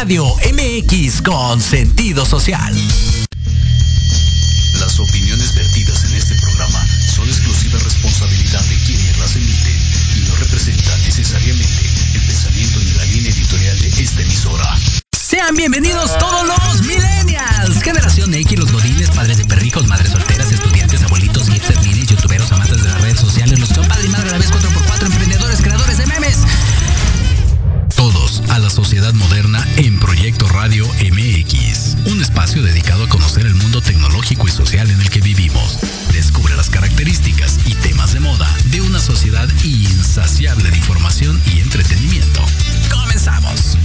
Radio MX con sentido social. Las opiniones vertidas en este programa son exclusiva responsabilidad de quienes las emiten y no representan necesariamente el pensamiento ni la línea editorial de esta emisora. Sean bienvenidos todos los millennials, generación X, los godines, padres de perrijos, madres solteras, estudiantes, abuelitos, hipsters, minis, youtuberos, amantes de las redes sociales, los que son padre y madre a la vez, 4x4, emprendedores, creadores de memes. Todos a la sociedad moderna en Proyecto Radio MX, un espacio dedicado a conocer el mundo tecnológico y social en el que vivimos. Descubre las características y temas de moda de una sociedad insaciable de información y entretenimiento. ¡Comenzamos!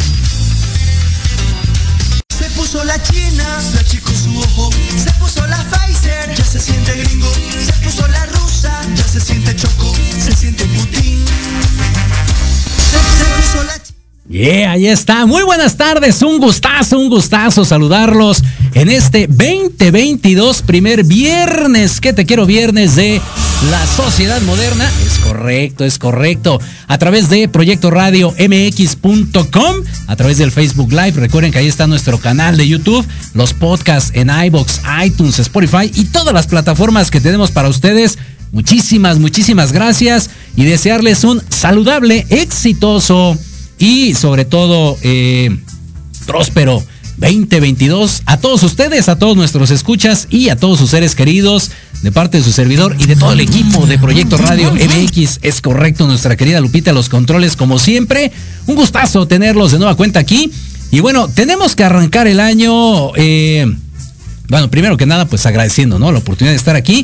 Se puso la china, se achicó su ojo. Se puso la Pfizer, ya se siente gringo. Se puso la rusa, ya se siente choco. Se siente Putin. Se puso la china. Ahí está. Muy buenas tardes, un gustazo saludarlos en este 2022, primer viernes, que te quiero viernes de la sociedad moderna. Es correcto. A través de Proyecto Radio MX.com, a través del Facebook Live. Recuerden que ahí está nuestro canal de YouTube, los podcasts en iVoox, iTunes, Spotify y todas las plataformas que tenemos para ustedes. Muchísimas gracias y desearles un saludable, exitoso y sobre todo próspero 2022 a todos ustedes, a todos nuestros escuchas y a todos sus seres queridos, de parte de su servidor y de todo el equipo de Proyecto Radio MX. Es correcto, nuestra querida Lupita, los controles como siempre. Un gustazo tenerlos de nueva cuenta aquí. Y bueno, tenemos que arrancar el año, bueno, primero que nada, pues agradeciendo, ¿no?, la oportunidad de estar aquí.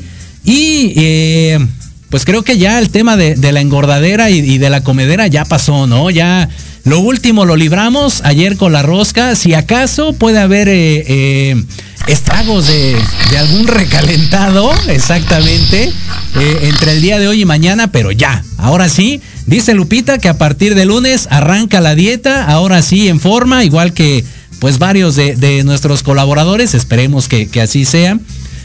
Y pues creo que ya el tema de la engordadera y de la comedera ya pasó, ¿no? Ya lo último lo libramos ayer con la rosca. Si acaso puede haber estragos de algún recalentado, exactamente, entre el día de hoy y mañana, pero ya, ahora sí, dice Lupita que a partir de lunes arranca la dieta, ahora sí en forma, igual que pues varios de nuestros colaboradores, esperemos que así sea.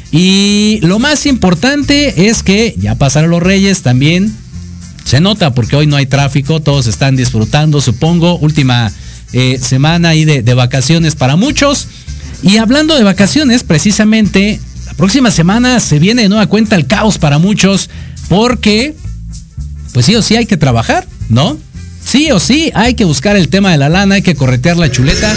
Y lo más importante es que ya pasaron los Reyes también. Se nota porque hoy no hay tráfico, todos están disfrutando, supongo. Última semana ahí de vacaciones para muchos. Y hablando de vacaciones, precisamente, la próxima semana se viene de nueva cuenta el caos para muchos. Porque, pues sí o sí hay que trabajar, ¿no? Sí o sí hay que buscar el tema de la lana, hay que corretear la chuleta.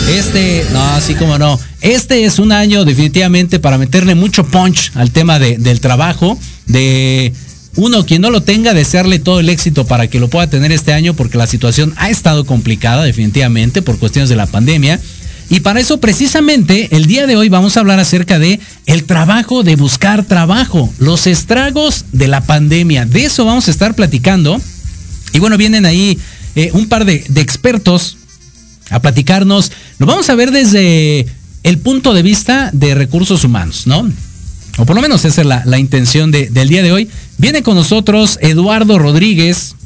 No, así como no. Este es un año definitivamente para meterle mucho punch al tema del trabajo. De uno, quien no lo tenga, desearle todo el éxito para que lo pueda tener este año, porque la situación ha estado complicada definitivamente por cuestiones de la pandemia. Y para eso precisamente el día de hoy vamos a hablar acerca de el trabajo, de buscar trabajo, los estragos de la pandemia. De eso vamos a estar platicando. Y bueno, vienen ahí un par de expertos a platicarnos. Lo vamos a ver desde el punto de vista de recursos humanos, ¿no? O por lo menos esa es la intención del día de hoy. Viene con nosotros Eduardo Rodríguez,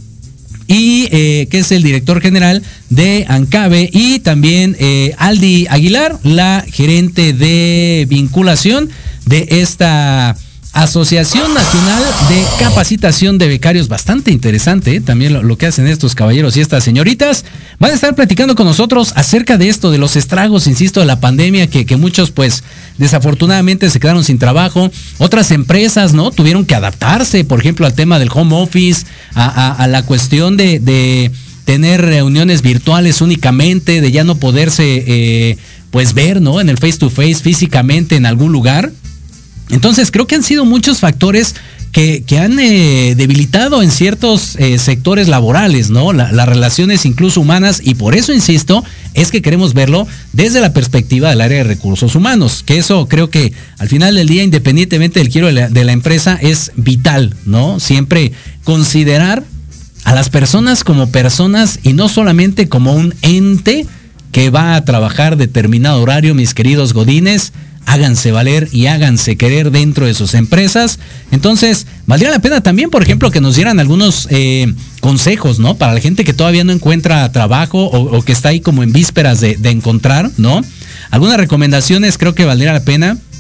y que es el director general de ANCABE, y también Aldi Aguilar, la gerente de vinculación de esta Asociación Nacional de Capacitación de Becarios. Bastante interesante, también lo que hacen estos caballeros y estas señoritas. Van a estar platicando con nosotros acerca de esto, de los estragos, insisto, de la pandemia, que muchos pues desafortunadamente se quedaron sin trabajo. Otras empresas, ¿no?, tuvieron que adaptarse, por ejemplo, al tema del home office, a la cuestión de tener reuniones virtuales únicamente, de ya no poderse pues ver, ¿no?, en el face to face físicamente en algún lugar. Entonces creo que han sido muchos factores que han debilitado en ciertos sectores laborales, ¿no? Las relaciones incluso humanas, y por eso insisto, es que queremos verlo desde la perspectiva del área de recursos humanos, que eso creo que al final del día, independientemente del giro de la empresa, es vital, ¿no? Siempre considerar a las personas como personas y no solamente como un ente que va a trabajar determinado horario. Mis queridos godines, háganse valer y háganse querer dentro de sus empresas. Entonces, valdría la pena también, por ejemplo, que nos dieran algunos consejos, ¿no?, para la gente que todavía no encuentra trabajo o que está ahí como en vísperas de encontrar, ¿no? Algunas recomendaciones creo que valdría la pena.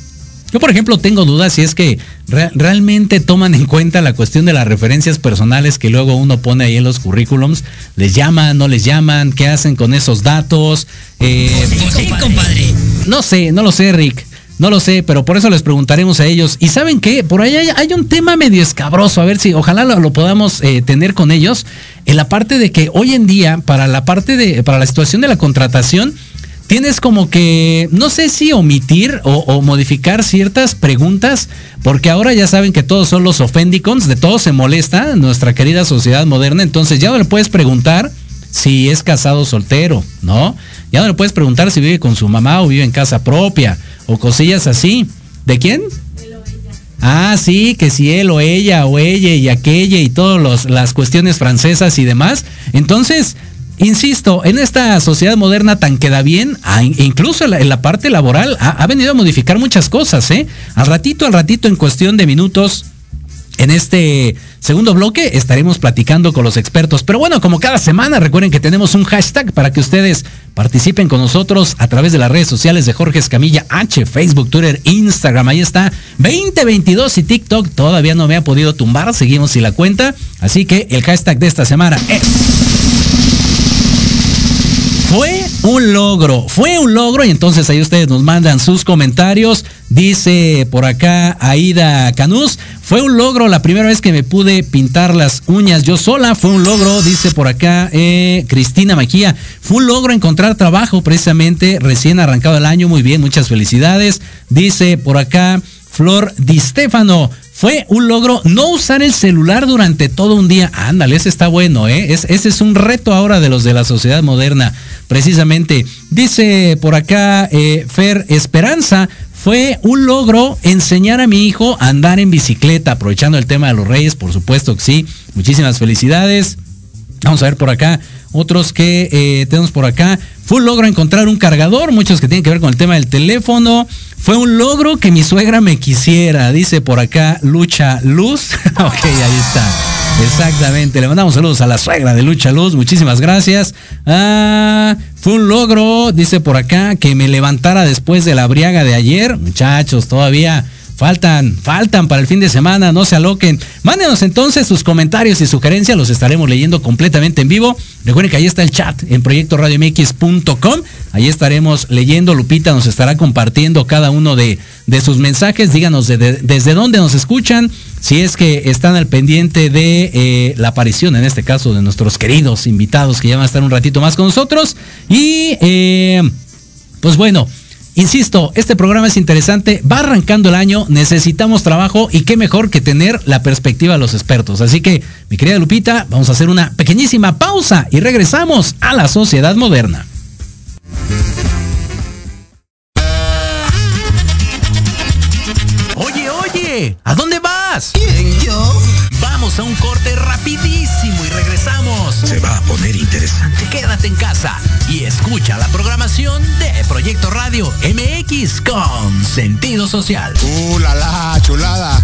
Yo, por ejemplo, tengo dudas si es que realmente toman en cuenta la cuestión de las referencias personales que luego uno pone ahí en los currículums. ¿Les llaman, no les llaman? ¿Qué hacen con esos datos? Sí, compadre. No lo sé, Rick. No lo sé, pero por eso les preguntaremos a ellos. ¿Y saben qué? Por ahí hay un tema medio escabroso. A ver si ojalá lo podamos tener con ellos. En la parte de que hoy en día, para la situación de la contratación, tienes como que, no sé si omitir o modificar ciertas preguntas, porque ahora ya saben que todos son los ofendicons, de todos se molesta nuestra querida sociedad moderna, entonces ya no le puedes preguntar si es casado o soltero, ¿no? Ya no le puedes preguntar si vive con su mamá o vive en casa propia, o cosillas así. ¿De quién? Él o ella. Ah, sí, que si él o ella y aquella y todas las cuestiones francesas y demás. Entonces, insisto, en esta sociedad moderna tan queda bien, incluso en la parte laboral, ha venido a modificar muchas cosas, ¿eh? Al ratito, en cuestión de minutos, en este segundo bloque estaremos platicando con los expertos. Pero bueno, como cada semana, recuerden que tenemos un hashtag para que ustedes participen con nosotros a través de las redes sociales de Jorge Escamilla H, Facebook, Twitter, Instagram. Ahí está, 2022 y TikTok todavía no me ha podido tumbar, seguimos sin la cuenta. Así que el hashtag de esta semana es... Fue un logro y entonces ahí ustedes nos mandan sus comentarios. Dice por acá Aida Canús, fue un logro la primera vez que me pude pintar las uñas yo sola, fue un logro. Dice por acá Cristina Maquía, fue un logro encontrar trabajo precisamente recién arrancado el año, muy bien, muchas felicidades. Dice por acá Flor Di Stefano, fue un logro no usar el celular durante todo un día. Ándale, ese está bueno, ¿eh? Ese es un reto ahora de los de la sociedad moderna, precisamente. Dice por acá Fer Esperanza, fue un logro enseñar a mi hijo a andar en bicicleta, aprovechando el tema de los Reyes, por supuesto que sí. Muchísimas felicidades. Vamos a ver por acá otros que tenemos por acá. Fue un logro encontrar un cargador, muchos que tienen que ver con el tema del teléfono. Fue un logro que mi suegra me quisiera, dice por acá Lucha Luz. Ok, ahí está. Exactamente, le mandamos saludos a la suegra de Lucha Luz, muchísimas gracias. Fue un logro, dice por acá, que me levantara después de la briaga de ayer. Muchachos, todavía faltan para el fin de semana, no se aloquen. Mándenos entonces sus comentarios y sugerencias, los estaremos leyendo completamente en vivo. Recuerden que ahí está el chat en proyectoradiomx.com, ahí estaremos leyendo. Lupita nos estará compartiendo cada uno de sus mensajes. Díganos desde dónde nos escuchan, si es que están al pendiente de la aparición, en este caso, de nuestros queridos invitados que ya van a estar un ratito más con nosotros. Y pues bueno, insisto, este programa es interesante, va arrancando el año, necesitamos trabajo y qué mejor que tener la perspectiva de los expertos. Así que, mi querida Lupita, vamos a hacer una pequeñísima pausa y regresamos a la sociedad moderna. Oye, ¿a dónde vas? ¿Quién, yo? Vamos a un corte rapidísimo y regresamos. Se va a poner interesante. Quédate en casa y escucha la programación de Proyecto Radio MX con sentido social. La chulada.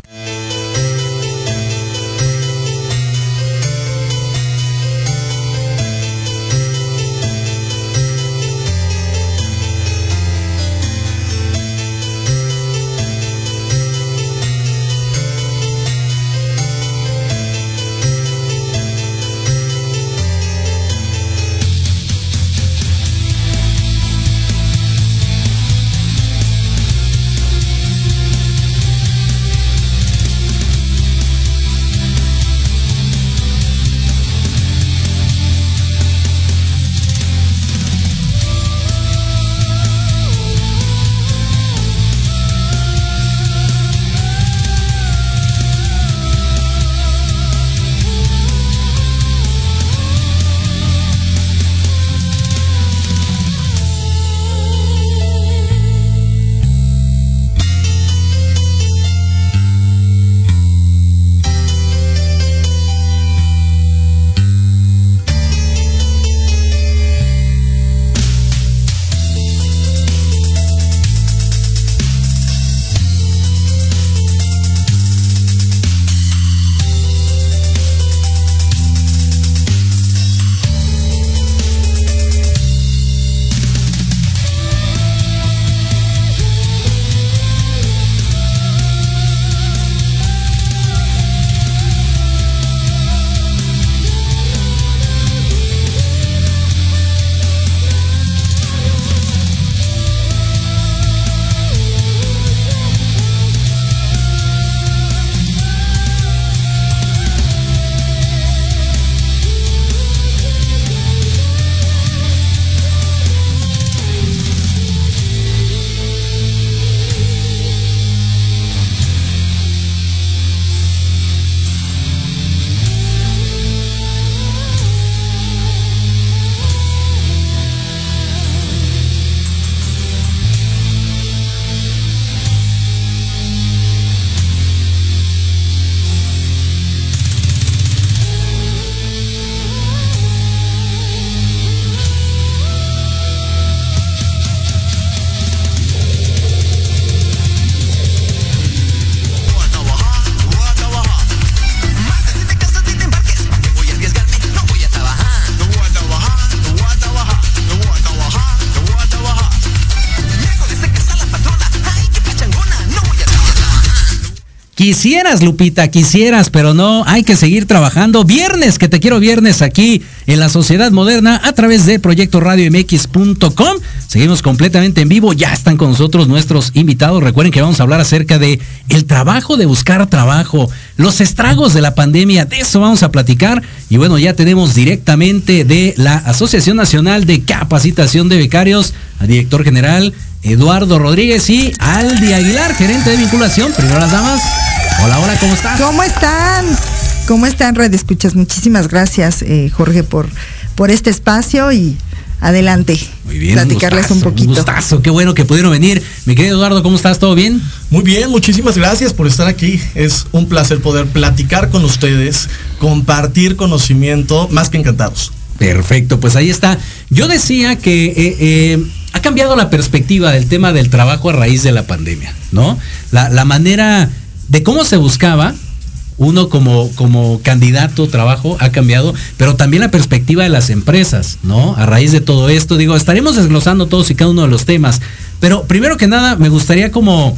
Quisieras, Lupita, quisieras, pero no, hay que seguir trabajando. Viernes, que te quiero viernes aquí en La Sociedad Moderna a través de proyectoradiomx.com. Seguimos completamente en vivo, ya están con nosotros nuestros invitados. Recuerden que vamos a hablar acerca de el trabajo, de buscar trabajo, los estragos de la pandemia, de eso vamos a platicar. Y bueno, ya tenemos directamente de la Asociación Nacional de Capacitación de Becarios al director general Eduardo Rodríguez y Aldi Aguilar, gerente de vinculación. Primero las damas. Hola, hola, ¿cómo estás? ¿Cómo están? ¿Cómo están, Red Escuchas? Muchísimas gracias, Jorge, por este espacio y adelante. Muy bien, platicarles un poquito. Un gustazo, qué bueno que pudieron venir. Mi querido Eduardo, ¿cómo estás? ¿Todo bien? Muy bien, muchísimas gracias por estar aquí. Es un placer poder platicar con ustedes, compartir conocimiento, más que encantados. Perfecto, pues ahí está. Yo decía que ha cambiado la perspectiva del tema del trabajo a raíz de la pandemia, ¿no? La manera de cómo se buscaba uno como candidato a trabajo ha cambiado, pero también la perspectiva de las empresas, ¿no? A raíz de todo esto, digo, estaremos desglosando todos y cada uno de los temas, pero primero que nada me gustaría como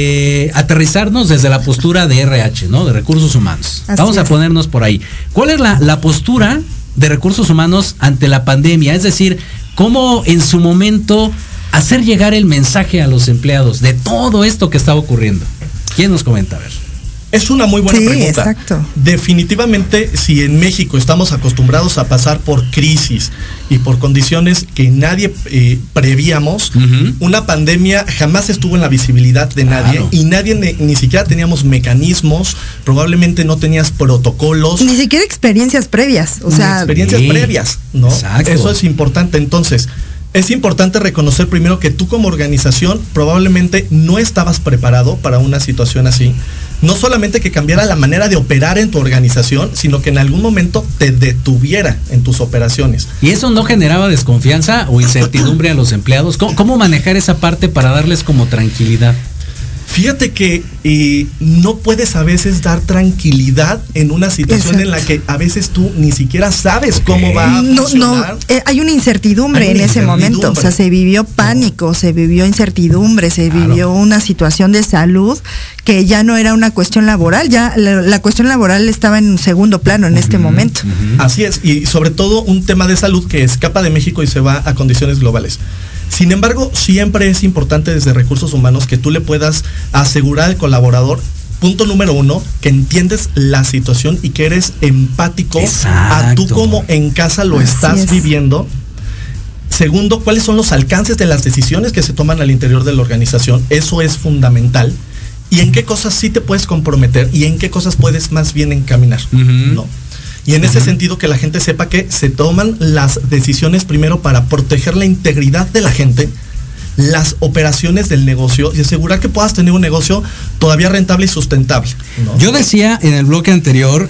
aterrizarnos desde la postura de RH, ¿no? De recursos humanos. Vamos a ponernos por ahí. ¿Cuál es la postura de recursos humanos ante la pandemia? Es decir, ¿cómo en su momento hacer llegar el mensaje a los empleados de todo esto que estaba ocurriendo? ¿Quién nos comenta? A ver. Es una muy buena pregunta. Exacto. Definitivamente, si en México estamos acostumbrados a pasar por crisis y por condiciones que nadie prevíamos, una pandemia jamás estuvo en la visibilidad de nadie, claro. Y nadie ni siquiera teníamos mecanismos, probablemente no tenías protocolos. Ni siquiera experiencias previas, o sea. Experiencias previas, ¿no? Exacto. Eso es importante. Entonces, es importante reconocer primero que tú como organización probablemente no estabas preparado para una situación así. No solamente que cambiara la manera de operar en tu organización, sino que en algún momento te detuviera en tus operaciones. ¿Y eso no generaba desconfianza o incertidumbre a los empleados? ¿Cómo manejar esa parte para darles como tranquilidad? Fíjate que no puedes a veces dar tranquilidad en una situación en la que a veces tú ni siquiera sabes cómo va a funcionar. Hay una incertidumbre en ese momento. O sea, se vivió pánico, se vivió incertidumbre, se vivió una situación de salud que ya no era una cuestión laboral, ya la cuestión laboral estaba en un segundo plano en este momento. Así es, y sobre todo un tema de salud que escapa de México y se va a condiciones globales. Sin embargo, siempre es importante desde recursos humanos que tú le puedas asegurar al colaborador, punto número 1, que entiendes la situación y que eres empático. Exacto. A tú como en casa lo estás viviendo. Segundo, ¿cuáles son los alcances de las decisiones que se toman al interior de la organización? Eso es fundamental. ¿Y en qué cosas sí te puedes comprometer y en qué cosas puedes más bien encaminar? ¿No? Y en ese sentido que la gente sepa que se toman las decisiones primero para proteger la integridad de la gente, las operaciones del negocio y asegurar que puedas tener un negocio todavía rentable y sustentable, ¿no? Yo decía en el bloque anterior,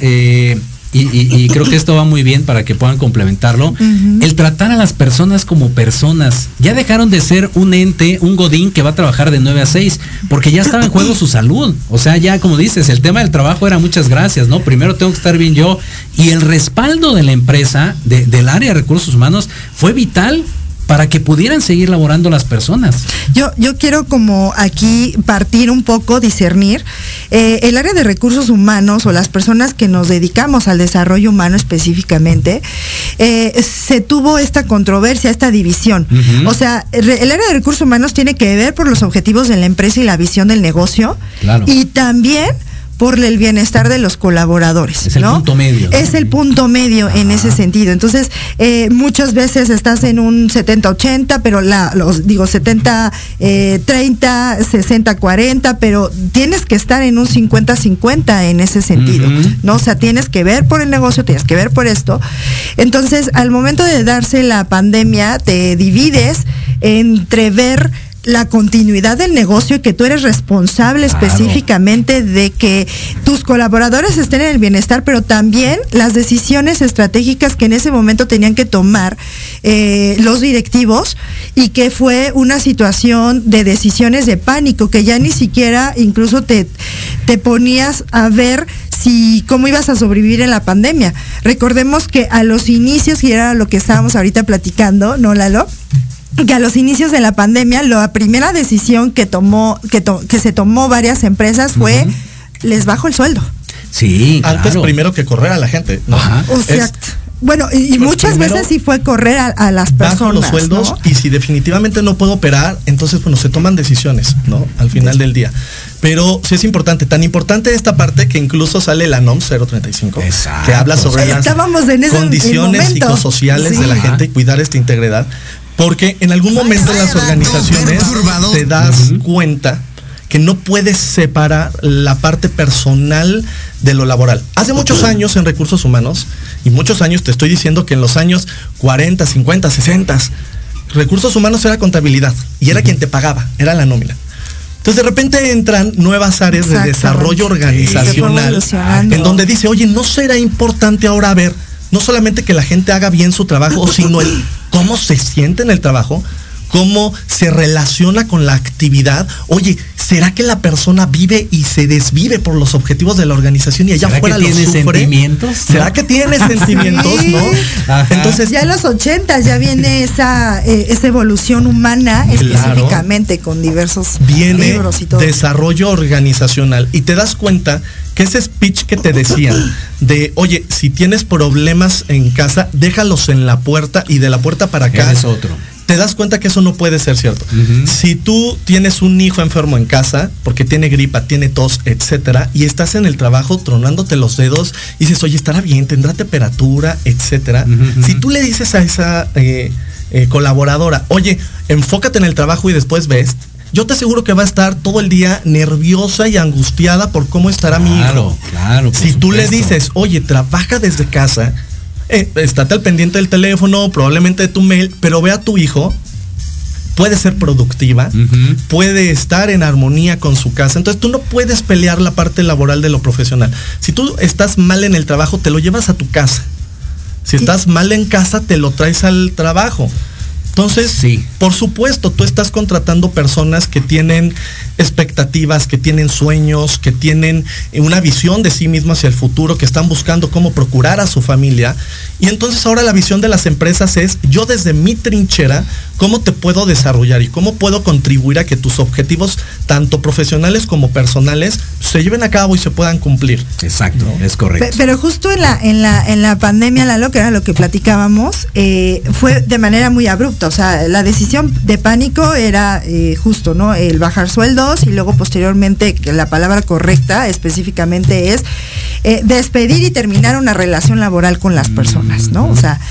y creo que esto va muy bien para que puedan complementarlo, el tratar a las personas como personas. Ya dejaron de ser un ente, un godín que va a trabajar de 9 a 6, porque ya estaba en juego su salud. O sea, ya como dices, el tema del trabajo era muchas gracias, ¿no? Primero tengo que estar bien yo, y el respaldo de la empresa, del área de recursos humanos, fue vital para que pudieran seguir laborando las personas. Yo quiero como aquí partir un poco, discernir, el área de recursos humanos o las personas que nos dedicamos al desarrollo humano específicamente, se tuvo esta controversia, esta división. O sea, el área de recursos humanos tiene que ver por los objetivos de la empresa y la visión del negocio, claro. Y también por el bienestar de los colaboradores. Es el punto medio, ¿no? Es el punto medio en ese sentido. Entonces, muchas veces estás en un 70-80, pero 70-30, 60-40, pero tienes que estar en un 50-50 en ese sentido, ¿no? O sea, tienes que ver por el negocio, tienes que ver por esto. Entonces, al momento de darse la pandemia, te divides entre ver la continuidad del negocio y que tú eres responsable específicamente de que tus colaboradores estén en el bienestar, pero también las decisiones estratégicas que en ese momento tenían que tomar los directivos, y que fue una situación de decisiones de pánico que ya ni siquiera incluso te ponías a ver cómo ibas a sobrevivir en la pandemia. Recordemos que a los inicios, y era lo que estábamos ahorita platicando, ¿no, Lalo? Que a los inicios de la pandemia, la primera decisión que se tomó varias empresas fue les bajo el sueldo. Sí, claro. Antes primero que correr a la gente, ¿no? Ajá. O sea, bueno, y pues muchas veces sí fue correr a las personas. Bajo los sueldos, ¿no? y si definitivamente no puedo operar, entonces bueno, se toman decisiones, ¿no? Al final del día. Pero sí es importante, tan importante esta parte que incluso sale la NOM 035, Exacto. que habla sobre las Estábamos en ese condiciones momento. psicosociales Sí. de la gente y cuidar esta integridad. Porque en algún momento en las organizaciones te das cuenta que no puedes separar la parte personal de lo laboral. Hace muchos años en recursos humanos, y muchos años te estoy diciendo que en los años 40, 50, 60, recursos humanos era contabilidad y era quien te pagaba, era la nómina. Entonces de repente entran nuevas áreas de desarrollo organizacional en donde dice, oye, ¿no será importante ahora ver no solamente que la gente haga bien su trabajo, sino el cómo se siente en el trabajo? ¿Cómo se relaciona con la actividad? Oye, ¿será que la persona vive y se desvive por los objetivos de la organización y allá afuera lo sufre? ¿Tiene sentimientos? ¿Será que tiene sentimientos, Sí. no? Ajá. Entonces, Ya en los 80 ya viene esa evolución humana, específicamente con diversos viene libros y todo. desarrollo organizacional y te das cuenta que ese speech que te decían de, oye, si tienes problemas en casa, déjalos en la puerta y de la puerta para acá. Es otro. Te das cuenta que eso no puede ser cierto. Si tú tienes un hijo enfermo en casa, porque tiene gripa, tiene tos, etcétera, y estás en el trabajo tronándote los dedos, y dices, oye, estará bien, tendrá temperatura, etcétera. Si tú le dices a esa colaboradora, oye, enfócate en el trabajo y después ves, yo te aseguro que va a estar todo el día nerviosa y angustiada por cómo estará mi hijo. Claro. Si tú le dices, oye, trabaja desde casa, estate al pendiente del teléfono, probablemente de tu mail, pero ve a tu hijo, puede ser productiva, puede estar en armonía con su casa. Entonces tú no puedes pelear la parte laboral de lo profesional. Si tú estás mal en el trabajo, te lo llevas a tu casa. Si estás mal en casa, te lo traes al trabajo. Entonces, sí, por supuesto, tú estás contratando personas que tienen expectativas, que tienen sueños, que tienen una visión de sí mismos hacia el futuro, que están buscando cómo procurar a su familia. Y entonces ahora la visión de las empresas es, yo desde mi trinchera, ¿cómo te puedo desarrollar y cómo puedo contribuir a que tus objetivos, tanto profesionales como personales, se lleven a cabo y se puedan cumplir? Exacto, ¿no? Es correcto. Pero justo en la pandemia, Lalo, que era lo que platicábamos, fue de manera muy abrupta. O sea, la decisión de pánico era justo, ¿no? El bajar sueldos y luego posteriormente, que la palabra correcta específicamente es despedir y terminar una relación laboral con las personas, ¿no? O sea,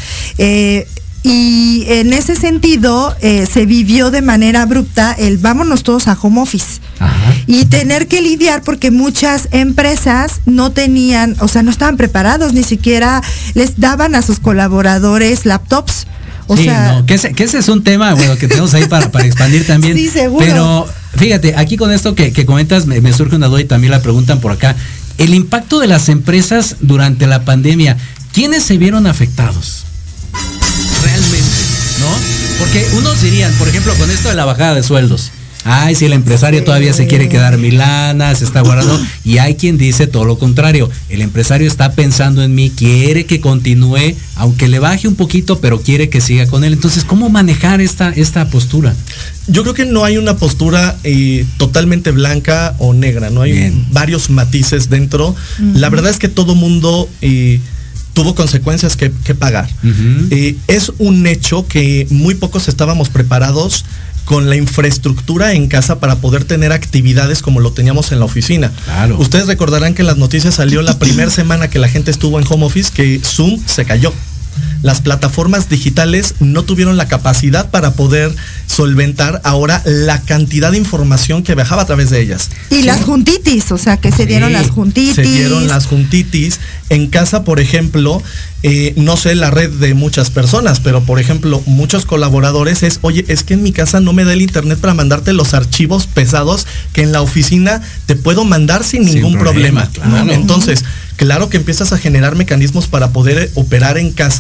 y en ese sentido se vivió de manera abrupta el vámonos todos a home office. Ajá. Y tener que lidiar porque muchas empresas no tenían, o sea, no estaban preparados, ni siquiera les daban a sus colaboradores laptops. O sí, sea, no, que ese es un tema, bueno, que tenemos ahí para expandir también. Sí, seguro. Pero fíjate, aquí con esto que comentas me surge una duda y también la preguntan por acá. El impacto de las empresas durante la pandemia, ¿quiénes se vieron afectados? Realmente, ¿no? Porque unos dirían, por ejemplo, con esto de la bajada de sueldos, ay, si el empresario todavía se quiere quedar milana, se está guardando, y hay quien dice todo lo contrario, el empresario está pensando en mí, quiere que continúe, aunque le baje un poquito, pero quiere que siga con él. Entonces, ¿cómo manejar esta postura? Yo creo que no hay una postura totalmente blanca o negra, no hay varios matices dentro. La verdad es que todo mundo tuvo consecuencias que pagar. Es un hecho que muy pocos estábamos preparados con la infraestructura en casa para poder tener actividades como lo teníamos en la oficina. Claro. Ustedes recordarán que en las noticias salió la primera semana que la gente estuvo en home office que Zoom se cayó. Las plataformas digitales no tuvieron la capacidad para poder solventar ahora la cantidad de información que viajaba a través de ellas. Y las juntitis, o sea, que se dieron las juntitis. Se dieron las juntitis. En casa, por ejemplo, no sé la red de muchas personas, pero por ejemplo, muchos colaboradores es, oye, es que en mi casa no me da el internet para mandarte los archivos pesados que en la oficina te puedo mandar sin ningún problema. Claro. ¿No? Entonces, claro que empiezas a generar mecanismos para poder operar en casa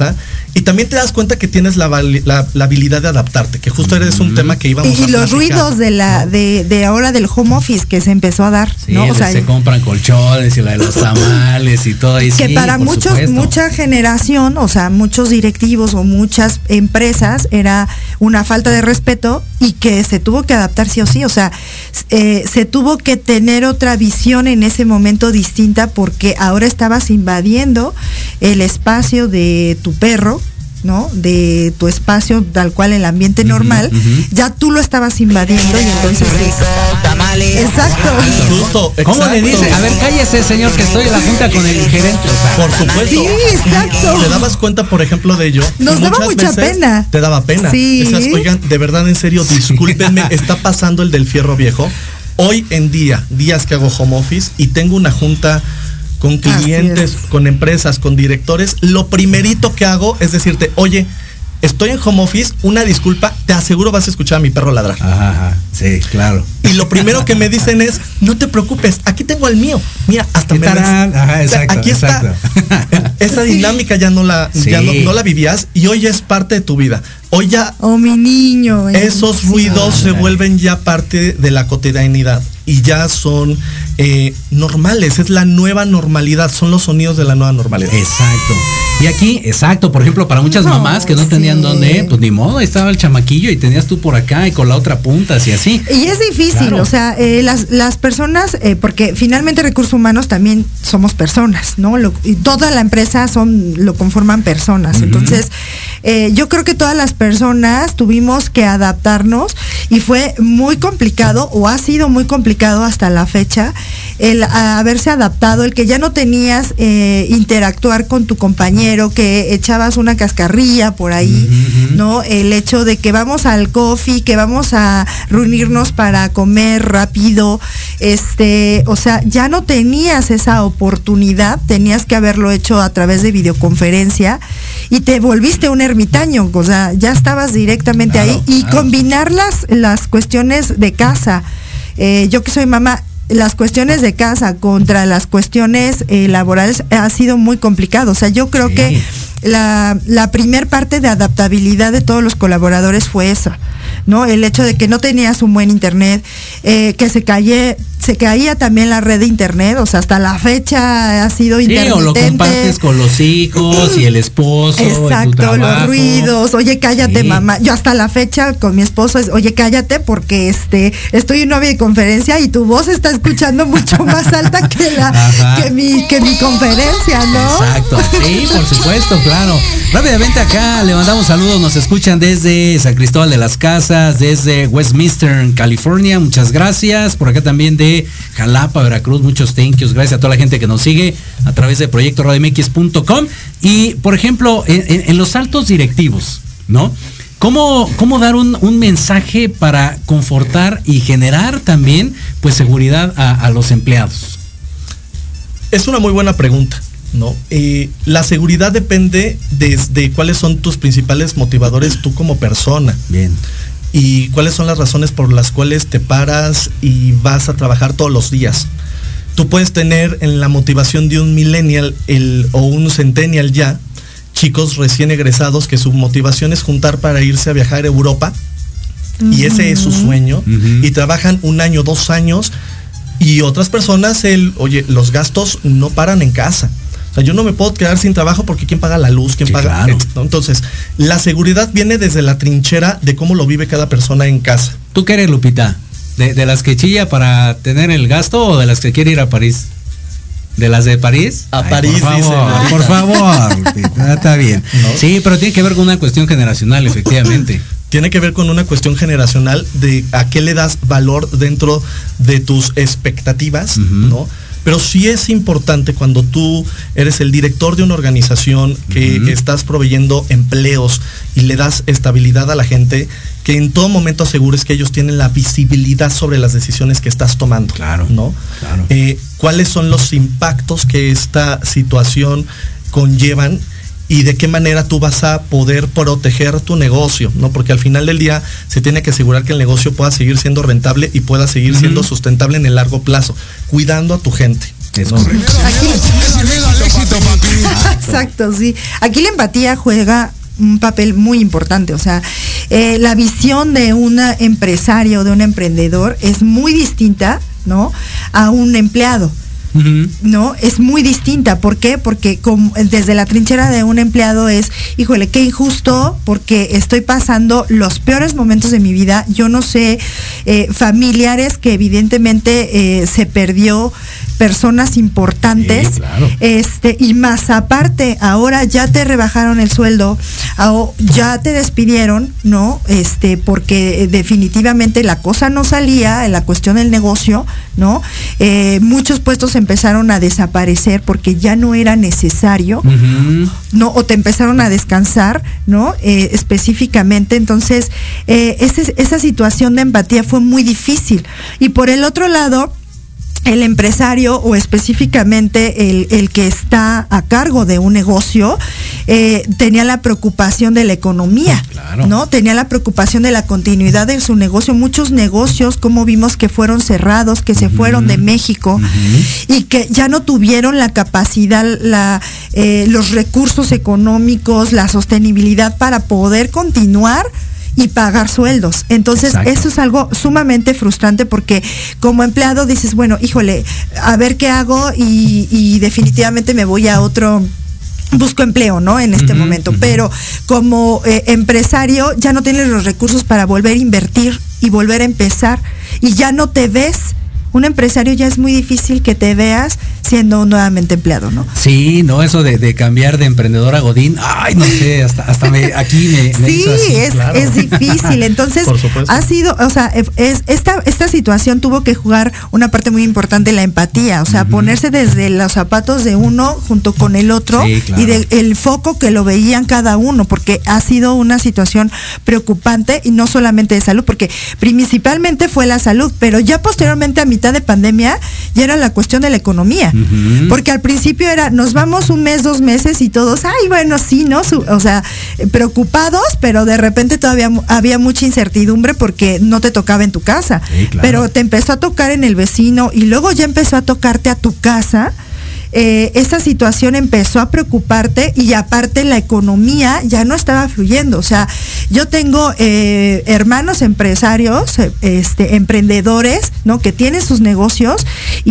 Y también te das cuenta que tienes la habilidad de adaptarte, que justo eres un tema que íbamos a platicar. Y los ruidos de ahora del home office que se empezó a dar, sí, ¿no? O sea, se compran colchones y la de los tamales y todo. Y que sí, para mucha generación, o sea, muchos directivos o muchas empresas era una falta de respeto y que se tuvo que adaptar sí o sí. O sea, se tuvo que tener otra visión en ese momento distinta porque ahora estabas invadiendo el espacio de tu perro, ¿no? De tu espacio tal cual el ambiente normal, ya tú lo estabas invadiendo y entonces exacto. Justo, ¿Cómo le dice? A ver, cállese, señor, que estoy en la junta con el gerente. O sea, por supuesto. Sí, exacto. Te dabas cuenta, por ejemplo, de ello. Nos daba mucha pena. Te daba pena. Sí. Decías, oigan, de verdad, en serio, discúlpenme, está pasando el del fierro viejo. Hoy en día, días que hago home office y tengo una junta con clientes, con empresas, con directores, lo primerito que hago es decirte, oye, estoy en home office, una disculpa, te aseguro vas a escuchar a mi perro ladrar. Ajá, sí, claro. Y lo primero que me dicen es, no te preocupes, aquí tengo al mío. Mira, hasta me Ajá, exacto, aquí está. Esa dinámica ya no la vivías y hoy es parte de tu vida. Hoy ya mi niño. Esos ruidos se vuelven ya parte de la cotidianidad y ya son normales, es la nueva normalidad, son los sonidos de la nueva normalidad. Exacto. Y aquí, exacto, por ejemplo, para muchas mamás que no tenían dónde, pues ni modo, ahí estaba el chamaquillo y tenías tú por acá y con la otra punta, así así. Y es difícil, claro. O sea, las personas, porque finalmente recursos humanos también somos personas, ¿no? Y toda la empresa lo conforman personas. Entonces, yo creo que todas las personas tuvimos que adaptarnos y fue muy complicado, o ha sido muy complicado hasta la fecha, el haberse adaptado, el que ya no tenías interactuar con tu compañero, que echabas una cascarrilla por ahí, ¿no? El hecho de que vamos al coffee, que vamos a reunirnos para comer rápido, o sea, ya no tenías esa oportunidad, tenías que haberlo hecho a través de videoconferencia y te volviste un ermitaño, o sea, ya estabas directamente ahí y combinar las cuestiones de casa. Yo que soy mamá, las cuestiones de casa contra las cuestiones laborales ha sido muy complicado. O sea, yo creo que la primer parte de adaptabilidad de todos los colaboradores fue esa, ¿no? El hecho de que no tenías un buen internet, que se caía también la red de internet, o sea, hasta la fecha ha sido intermitente. Sí, o lo compartes con los hijos y el esposo. Exacto, y tu trabajo. Los ruidos, oye, cállate, mamá. Yo hasta la fecha con mi esposo es, oye, cállate porque estoy en una videoconferencia y tu voz está escuchando mucho más alta que mi conferencia, ¿no? Exacto, sí, por supuesto, claro. Rápidamente acá le mandamos saludos, nos escuchan desde San Cristóbal de las Casas, desde Westminster, California, muchas gracias. Por acá también de Jalapa, Veracruz, muchos thank yous, gracias a toda la gente que nos sigue a través de proyectoradiomx.com. Y por ejemplo, en los altos directivos, ¿no? ¿Cómo dar un mensaje para confortar y generar también pues seguridad a los empleados? Es una muy buena pregunta, ¿no? La seguridad depende de cuáles son tus principales motivadores tú como persona. Bien. Y cuáles son las razones por las cuales te paras y vas a trabajar todos los días. Tú puedes tener en la motivación de un millennial o un centennial ya, chicos recién egresados que su motivación es juntar para irse a viajar a Europa, y ese es su sueño, y trabajan 1 año, 2 años, y otras personas, oye, los gastos no paran en casa. O sea, yo no me puedo quedar sin trabajo porque ¿quién paga la luz? ¿Quién paga? Claro. ¿No? Entonces, la seguridad viene desde la trinchera de cómo lo vive cada persona en casa. ¿Tú qué eres, Lupita? ¿De las que chilla para tener el gasto o de las que quiere ir a París? ¿De las de París? París, por favor, Lupita, está bien. ¿No? Sí, pero tiene que ver con una cuestión generacional, efectivamente. Tiene que ver con una cuestión generacional de a qué le das valor dentro de tus expectativas, ¿no? Pero sí es importante cuando tú eres el director de una organización que estás proveyendo empleos y le das estabilidad a la gente, que en todo momento asegures que ellos tienen la visibilidad sobre las decisiones que estás tomando. Claro, ¿no? Claro. ¿Cuáles son los impactos que esta situación conllevan? Y de qué manera tú vas a poder proteger tu negocio, ¿no? Porque al final del día se tiene que asegurar que el negocio pueda seguir siendo rentable y pueda seguir siendo sustentable en el largo plazo, cuidando a tu gente. Es correcto. Exacto, sí. Aquí la empatía juega un papel muy importante. O sea, la visión de un empresario, de un emprendedor, es muy distinta, ¿no?, a un empleado. No, es muy distinta. ¿Por qué? Porque desde la trinchera de un empleado es, híjole, qué injusto, porque estoy pasando los peores momentos de mi vida. Yo no sé, familiares que evidentemente se perdió, personas importantes, sí, claro. Y más aparte, ahora ya te rebajaron el sueldo, ya te despidieron, ¿no? Porque definitivamente la cosa no salía en la cuestión del negocio, ¿no? Muchos puestos empezaron a desaparecer porque ya no era necesario, ¿no? O te empezaron a descansar, ¿no? Específicamente. Entonces, esa situación de empatía fue muy difícil. Y por el otro lado, el empresario, o específicamente el que está a cargo de un negocio, tenía la preocupación de la economía, claro, ¿no? Tenía la preocupación de la continuidad de su negocio. Muchos negocios, como vimos, que fueron cerrados, que se fueron de México, y que ya no tuvieron la capacidad, los recursos económicos, la sostenibilidad para poder continuar y pagar sueldos. Entonces, exacto, eso es algo sumamente frustrante, porque como empleado dices, bueno, híjole, a ver qué hago, y definitivamente me voy a otro, busco empleo, ¿no? En este momento. Pero como empresario ya no tienes los recursos para volver a invertir y volver a empezar, y ya no te ves. Un empresario ya es muy difícil que te veas siendo nuevamente empleado, ¿no? Sí, no, eso de cambiar de emprendedor a godín, ay, no sé, hasta aquí me sí, hizo así. Es difícil. Entonces, ha sido, o sea, esta situación tuvo que jugar una parte muy importante, la empatía, o sea, ponerse desde los zapatos de uno junto con el otro, sí, claro, y el foco que lo veían cada uno, porque ha sido una situación preocupante, y no solamente de salud, porque principalmente fue la salud, pero ya posteriormente, a mitad de pandemia, ya era la cuestión de la economía, porque al principio era, nos vamos un mes, 2 meses, y todos, ay, bueno, sí, ¿no? O sea, preocupados, pero de repente todavía había mucha incertidumbre porque no te tocaba en tu casa, sí, claro, pero te empezó a tocar en el vecino, y luego ya empezó a tocarte a tu casa. Esta situación empezó a preocuparte, y aparte la economía ya no estaba fluyendo. O sea, yo tengo hermanos empresarios, emprendedores, ¿no?, que tienen sus negocios,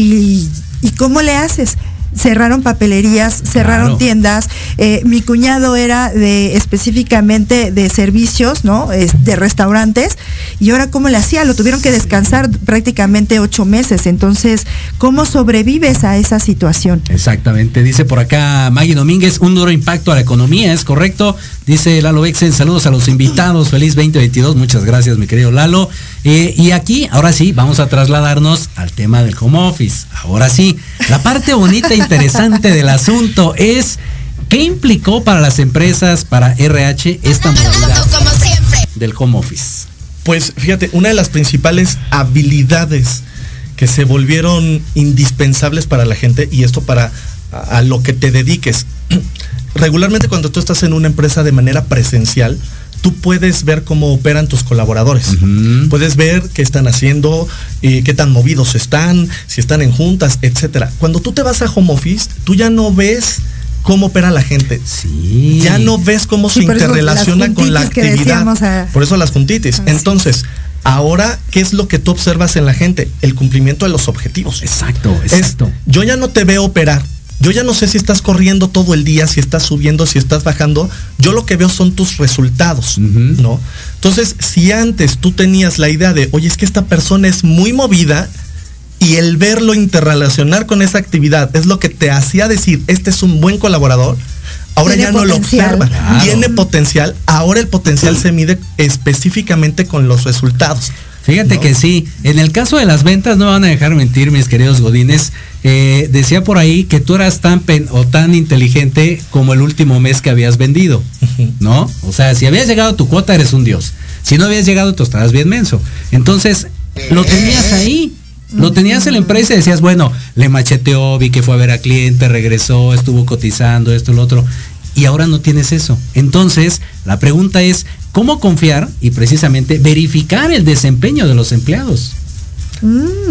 y ¿cómo le haces? Cerraron papelerías, cerraron, claro, tiendas. Mi cuñado era específicamente de servicios, ¿no? De restaurantes, y ahora ¿cómo le hacía? Lo tuvieron que descansar prácticamente 8 meses. Entonces, ¿cómo sobrevives a esa situación? Exactamente, dice por acá Maggie Domínguez, un duro impacto a la economía, ¿es correcto? Dice Lalo Bexen, saludos a los invitados, feliz 2022, muchas gracias, mi querido Lalo. Y aquí, ahora sí, vamos a trasladarnos al tema del home office. Ahora sí, la parte bonita e interesante del asunto es ¿qué implicó para las empresas, para RH, esta modalidad del home office? Pues fíjate, una de las principales habilidades que se volvieron indispensables para la gente, y esto para a lo que te dediques. Regularmente, cuando tú estás en una empresa de manera presencial, tú puedes ver cómo operan tus colaboradores. Puedes ver qué están haciendo, qué tan movidos están, si están en juntas, etcétera. Cuando tú te vas a home office, tú ya no ves cómo opera la gente. Sí. Ya no ves cómo se interrelaciona con la actividad. Por eso las juntitis. Entonces, ahora, ¿qué es lo que tú observas en la gente? El cumplimiento de los objetivos. Exacto. Yo ya no te veo operar. Yo ya no sé si estás corriendo todo el día, si estás subiendo, si estás bajando. Yo lo que veo son tus resultados, ¿no? Entonces, si antes tú tenías la idea de, oye, es que esta persona es muy movida, y el verlo interrelacionar con esa actividad es lo que te hacía decir, este es un buen colaborador, ahora ya no lo observa. Claro. Tiene potencial, ahora el potencial se mide específicamente con los resultados. Fíjate, ¿no?, que sí, en el caso de las ventas, no me van a dejar mentir, mis queridos godines, decía por ahí que tú eras tan inteligente como el último mes que habías vendido, ¿no? O sea, si habías llegado a tu cuota, eres un dios. Si no habías llegado, tú estabas bien menso. Entonces, lo tenías ahí. Lo tenías en la empresa y decías, bueno, le macheteó, vi que fue a ver a cliente, regresó, estuvo cotizando, esto, lo otro. Y ahora no tienes eso. Entonces, la pregunta es, ¿cómo confiar y precisamente verificar el desempeño de los empleados?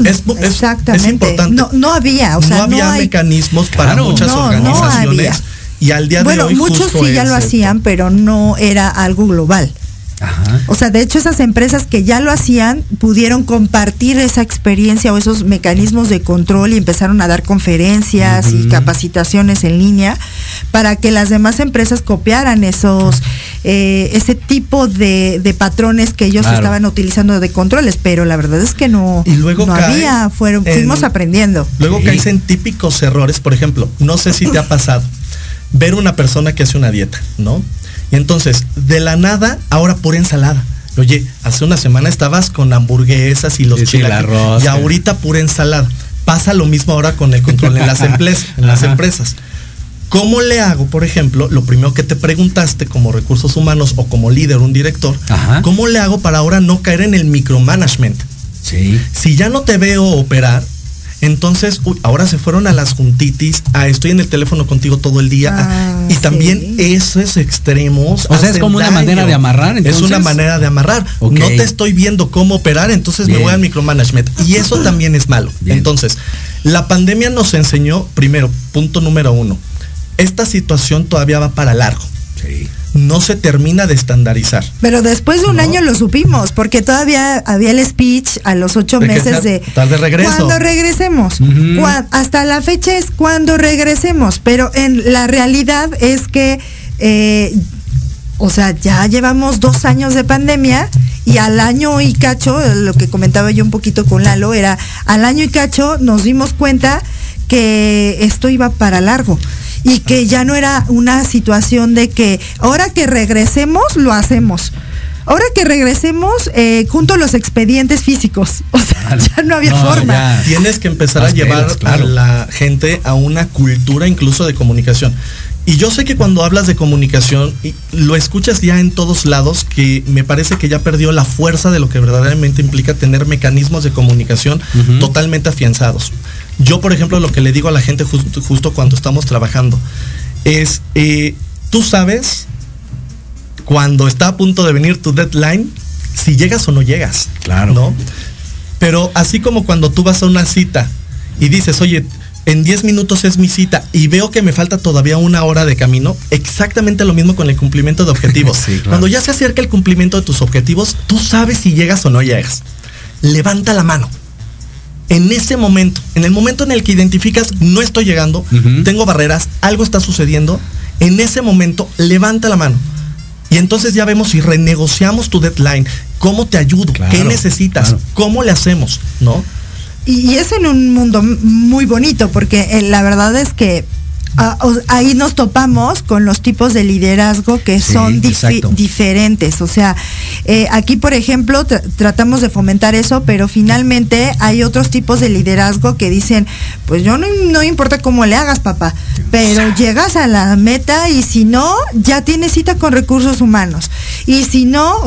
Exactamente. Es importante. No había, o sea, no había mecanismos para muchas organizaciones Y al día de hoy muchos sí ya lo hacían, pero no era algo global. Ajá. O sea, de hecho esas empresas que ya lo hacían pudieron compartir esa experiencia o esos mecanismos de control y empezaron a dar conferencias y capacitaciones en línea para que las demás empresas copiaran ese tipo de patrones que ellos estaban utilizando de controles, pero la verdad es que no había, fuimos aprendiendo. Luego caes en típicos errores, por ejemplo, no sé si te ha pasado ver una persona que hace una dieta, ¿no? Y entonces, de la nada, ahora pura ensalada. Oye, hace una semana estabas con hamburguesas y los chilaquiles, y ahorita pura ensalada. Pasa lo mismo ahora con el control en las empresas. ¿Cómo le hago, por ejemplo, lo primero que te preguntaste como recursos humanos o como líder, un director, cómo le hago para ahora no caer en el micromanagement? Sí. Si ya no te veo operar, entonces, ahora se fueron a las juntitis, estoy en el teléfono contigo todo el día, y también esos extremos. O sea, es como una manera de amarrar, entonces. Es una manera de amarrar. Okay. No te estoy viendo cómo operar, entonces me voy al micromanagement. Y eso también es malo. Bien. Entonces, la pandemia nos enseñó, primero, punto número 1, esta situación todavía va para largo. Sí. No se termina de estandarizar. Pero después de un año lo supimos, porque todavía había el speech a los 8 meses de regreso. Cuando regresemos. Hasta la fecha es cuando regresemos, pero en la realidad es que, ya llevamos 2 años de pandemia y al año y cacho, lo que comentaba yo un poquito con Lalo, era al año y cacho nos dimos cuenta que esto iba para largo. Y que ya no era una situación de que ahora que regresemos, lo hacemos. Ahora que regresemos, junto los expedientes físicos. O sea, ya no había forma. Ya. Tienes que empezar a llevar a la gente a una cultura incluso de comunicación. Y yo sé que cuando hablas de comunicación, lo escuchas ya en todos lados, que me parece que ya perdió la fuerza de lo que verdaderamente implica tener mecanismos de comunicación totalmente afianzados. Yo, por ejemplo, lo que le digo a la gente justo cuando estamos trabajando es, tú sabes cuando está a punto de venir tu deadline, si llegas o no llegas. Claro. ¿No? Pero así como cuando tú vas a una cita y dices, oye, en 10 minutos es mi cita y veo que me falta todavía 1 hora de camino, exactamente lo mismo con el cumplimiento de objetivos. Sí, claro. Cuando ya se acerca el cumplimiento de tus objetivos, tú sabes si llegas o no llegas. Levanta la mano. En ese momento, en el momento en el que identificas, no estoy llegando, tengo barreras, algo está sucediendo, en ese momento, levanta la mano. Y entonces ya vemos si renegociamos tu deadline, cómo te ayudo, qué necesitas, cómo le hacemos, ¿no? Y es en un mundo muy bonito, porque la verdad es que ahí nos topamos con los tipos de liderazgo que son diferentes. O sea, aquí, por ejemplo, tratamos de fomentar eso, pero finalmente hay otros tipos de liderazgo que dicen, pues yo no importa cómo le hagas, papá, pero llegas a la meta y si no, ya tienes cita con recursos humanos. Y si no,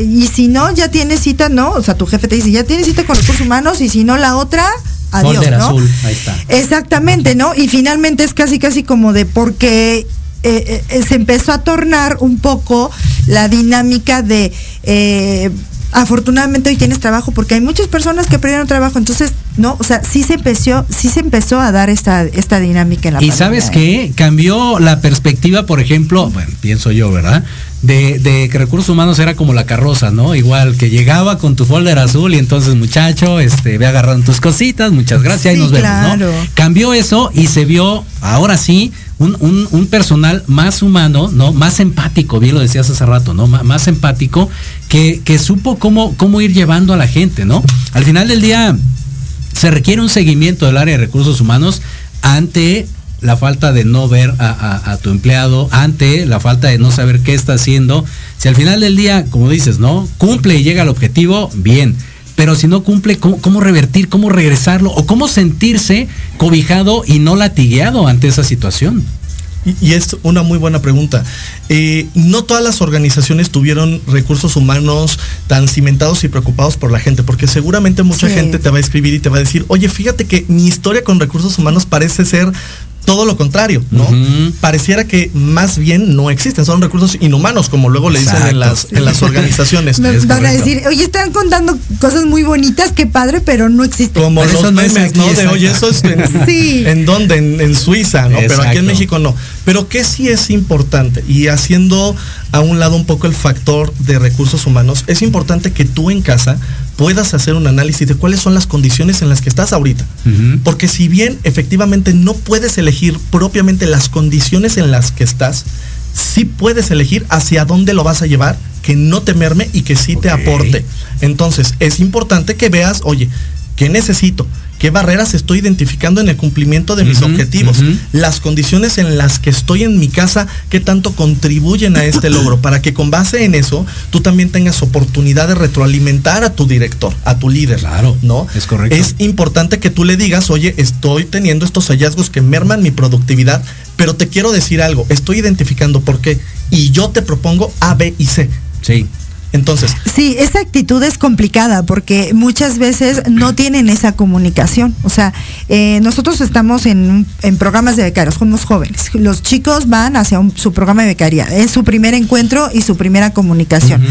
ya tienes cita, ¿no? O sea, tu jefe te dice, ya tienes cita con recursos humanos y si no, la otra... Adiós, folder ¿no? azul, ahí está. Exactamente, ¿no? Y finalmente es casi como de porque se empezó a tornar un poco la dinámica de afortunadamente hoy tienes trabajo, porque hay muchas personas que perdieron trabajo, entonces, no, o sea, sí se empezó a dar esta dinámica en la pandemia. Y ¿sabes qué? Cambió la perspectiva, por ejemplo, bueno, pienso yo, ¿verdad? De que recursos humanos era como la carroza, ¿no? Igual que llegaba con tu folder azul y entonces, muchacho, ve agarrando tus cositas, muchas gracias, ahí nos vemos, ¿no? Cambió eso y se vio, ahora sí, un personal más humano, ¿no? Más empático, bien lo decías hace rato, ¿no? Más empático, que supo cómo ir llevando a la gente, ¿no? Al final del día, se requiere un seguimiento del área de recursos humanos ante la falta de no ver a tu empleado, ante la falta de no saber qué está haciendo. Si al final del día, como dices, ¿no? Cumple y llega al objetivo, bien. Pero si no cumple, ¿cómo revertir, cómo regresarlo? O cómo sentirse cobijado y no latigueado ante esa situación. Y es una muy buena pregunta. No todas las organizaciones tuvieron recursos humanos tan cimentados y preocupados por la gente, porque seguramente mucha gente te va a escribir y te va a decir, oye, fíjate que mi historia con recursos humanos parece ser todo lo contrario, ¿no? Pareciera que más bien no existen, son recursos inhumanos, como luego le dicen en las organizaciones. Me van a decir, oye, están contando cosas muy bonitas, qué padre, pero no existen. Como pero los memes, ¿no? De, oye, eso es ¿en dónde? En Suiza, ¿no? Exacto. Pero aquí en México no. Pero que sí es importante, y haciendo a un lado un poco el factor de recursos humanos, es importante que tú en casa puedas hacer un análisis de cuáles son las condiciones en las que estás ahorita. Porque si bien efectivamente no puedes elegir propiamente las condiciones en las que estás, sí puedes elegir hacia dónde lo vas a llevar, que no te merme y que sí te aporte. Entonces, es importante que veas, oye, ¿qué necesito? ¿Qué barreras estoy identificando en el cumplimiento de mis objetivos? Las condiciones en las que estoy en mi casa, ¿qué tanto contribuyen a este logro? Para que con base en eso, tú también tengas oportunidad de retroalimentar a tu director, a tu líder. Claro, ¿no? Es correcto. Es importante que tú le digas, oye, estoy teniendo estos hallazgos que merman mi productividad, pero te quiero decir algo, estoy identificando por qué, y yo te propongo A, B y C. Sí. Entonces. Sí, esa actitud es complicada porque muchas veces no tienen esa comunicación. O sea, nosotros estamos en programas de becarios, somos jóvenes. Los chicos van hacia su programa de becaría. Es su primer encuentro y su primera comunicación.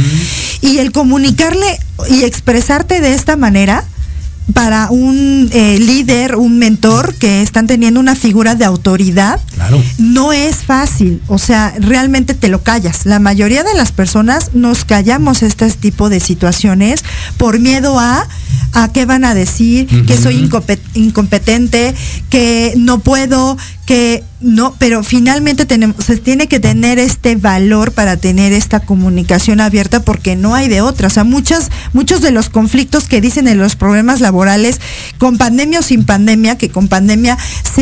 Y el comunicarle y expresarte de esta manera para un líder, un mentor que están teniendo una figura de autoridad, claro, no es fácil. O sea, realmente te lo callas. La mayoría de las personas nos callamos este tipo de situaciones por miedo a qué van a decir, que soy incompetente, que no puedo, que no, pero finalmente se tiene que tener este valor para tener esta comunicación abierta, porque no hay de otra. O sea, muchos de los conflictos que dicen en los problemas laborales, con pandemia o sin pandemia, que con pandemia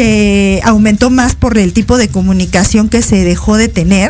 se aumentó más por el tipo de comunicación que se dejó de tener,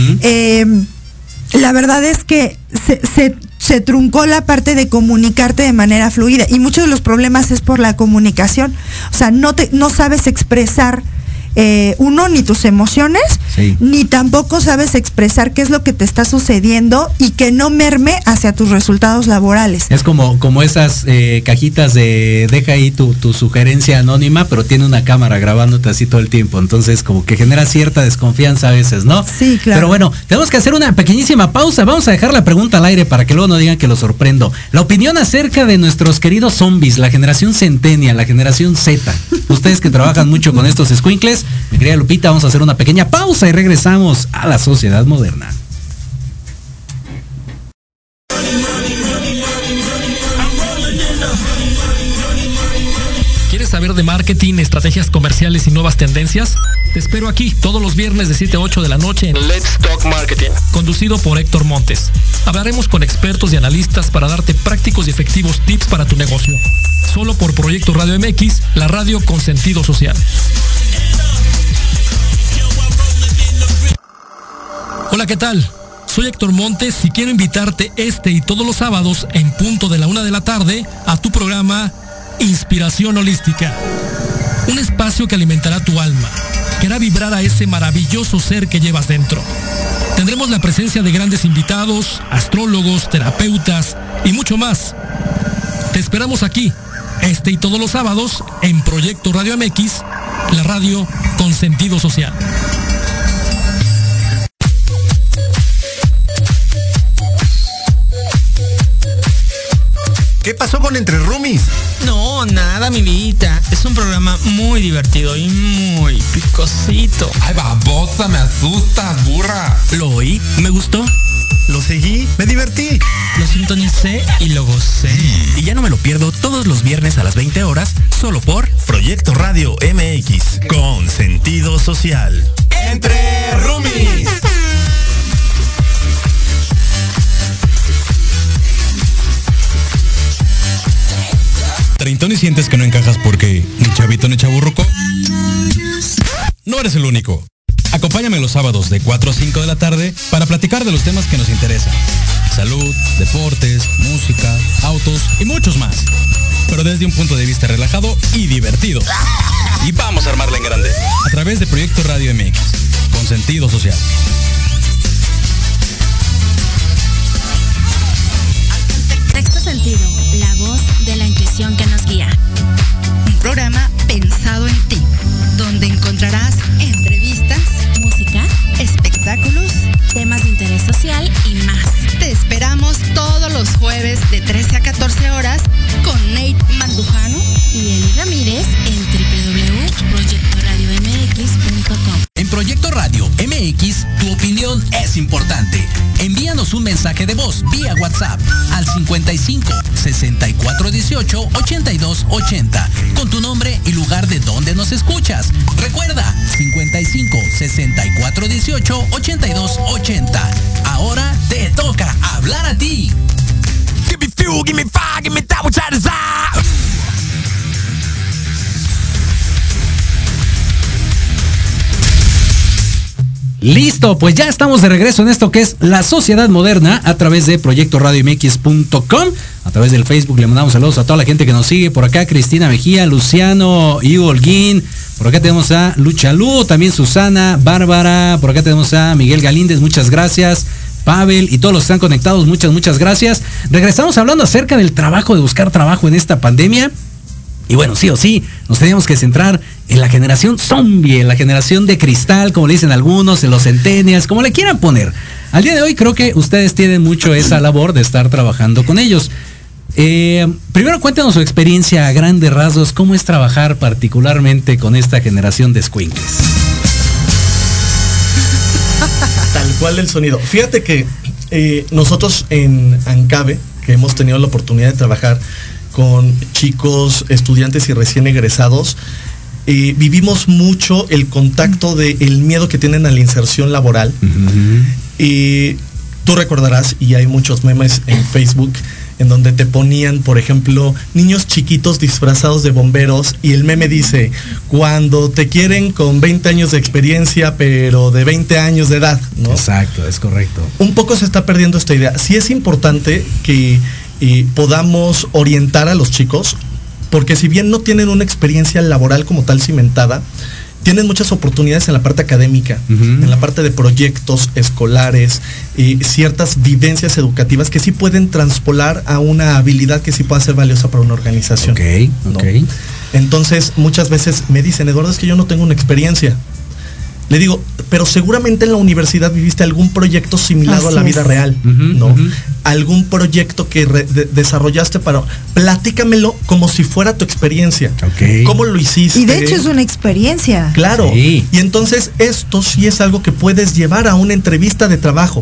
la verdad es que se truncó la parte de comunicarte de manera fluida, y muchos de los problemas es por la comunicación. O sea, no sabes expresar ni tus emociones, ni tampoco sabes expresar qué es lo que te está sucediendo y que no merme hacia tus resultados laborales. Es como esas cajitas de deja ahí tu sugerencia anónima, pero tiene una cámara grabándote así todo el tiempo, entonces como que genera cierta desconfianza a veces, ¿no? Sí, claro. Pero bueno, tenemos que hacer una pequeñísima pausa. Vamos a dejar la pregunta al aire para que luego no digan que lo sorprendo. La opinión acerca de nuestros queridos zombies, la generación centennial, la generación Z. Ustedes que trabajan mucho con estos escuincles, mi querida Lupita, vamos a hacer una pequeña pausa y regresamos a la sociedad moderna. ¿Quieres saber de marketing, estrategias comerciales y nuevas tendencias? Te espero aquí todos los viernes de 7 a 8 de la noche en Let's Talk Marketing, conducido por Héctor Montes. Hablaremos con expertos y analistas para darte prácticos y efectivos tips para tu negocio. Solo por Proyecto Radio MX, la radio con sentido social. Hola, ¿qué tal? Soy Héctor Montes y quiero invitarte este y todos los sábados en punto de la 1 de la tarde a tu programa Inspiración Holística. Un espacio que alimentará tu alma, que hará vibrar a ese maravilloso ser que llevas dentro. Tendremos la presencia de grandes invitados, astrólogos, terapeutas y mucho más. Te esperamos aquí, este y todos los sábados, en Proyecto Radio MX, la radio con sentido social. ¿Qué pasó con Entre Roomies? No, nada, mi vidita. Es un programa muy divertido y muy picosito. Ay, babosa, me asustas, burra. Lo oí, me gustó. Lo seguí, me divertí. Lo sintonicé y lo gocé. Y ya no me lo pierdo todos los viernes a las 20 horas, solo por Proyecto Radio MX, con sentido social. Entre Roomies. ¿Treintón y sientes que no encajas porque ni chavito ni chaburruco? No eres el único. Acompáñame los sábados de 4 a 5 de la tarde para platicar de los temas que nos interesan. Salud, deportes, música, autos y muchos más. Pero desde un punto de vista relajado y divertido. Y vamos a armarla en grande. A través de Proyecto Radio MX, con sentido social. Sexto Sentido, la voz de la intuición que nos guía. Un programa pensado en ti, donde encontrarás escucharte. Envíanos un mensaje de voz vía WhatsApp al 55 64 18 82 80 con tu nombre y lugar de donde nos escuchas. Recuerda, 55 64 18 82 80. Ahora te toca hablar a ti. Give me fuel, give me fire, give me that which I desire. Listo, pues ya estamos de regreso en esto que es La Sociedad Moderna a través de proyectoradiomx.com, a través del Facebook. Le mandamos saludos a toda la gente que nos sigue por acá: Cristina Mejía, Luciano, Hugo Holguín, por acá tenemos a Luchalú, también Susana, Bárbara, por acá tenemos a Miguel Galíndez, muchas gracias, Pavel y todos los que están conectados, muchas gracias. Regresamos hablando acerca del trabajo, de buscar trabajo en esta pandemia. Y bueno, sí o sí, nos teníamos que centrar en la generación zombie, en la generación de cristal, como le dicen algunos, en los centennials, como le quieran poner. Al día de hoy creo que ustedes tienen mucho esa labor de estar trabajando con ellos. Primero cuéntanos su experiencia a grandes rasgos, cómo es trabajar particularmente con esta generación de escuincles. Tal cual el sonido. Fíjate que nosotros en ANCABE, que hemos tenido la oportunidad de trabajar con chicos, estudiantes y recién egresados, vivimos mucho el contacto del miedo que tienen a la inserción laboral. Tú recordarás, y hay muchos memes en Facebook, en donde te ponían, por ejemplo, niños chiquitos disfrazados de bomberos, y el meme dice: cuando te quieren con 20 años de experiencia, pero de 20 años de edad, ¿no? Exacto, es correcto. Un poco se está perdiendo esta idea. Sí es importante que podamos orientar a los chicos, porque si bien no tienen una experiencia laboral como tal cimentada, tienen muchas oportunidades en la parte académica, en la parte de proyectos escolares, ciertas vivencias educativas que sí pueden transpolar a una habilidad que sí pueda ser valiosa para una organización. ¿No? Entonces, muchas veces me dicen: Eduardo, es que yo no tengo una experiencia. Le digo, pero seguramente en la universidad viviste algún proyecto similar a la vida real, ¿no? Algún proyecto que desarrollaste para... Platícamelo como si fuera tu experiencia. ¿Cómo lo hiciste? Y de hecho es una experiencia. Claro. Sí. Y entonces esto sí es algo que puedes llevar a una entrevista de trabajo.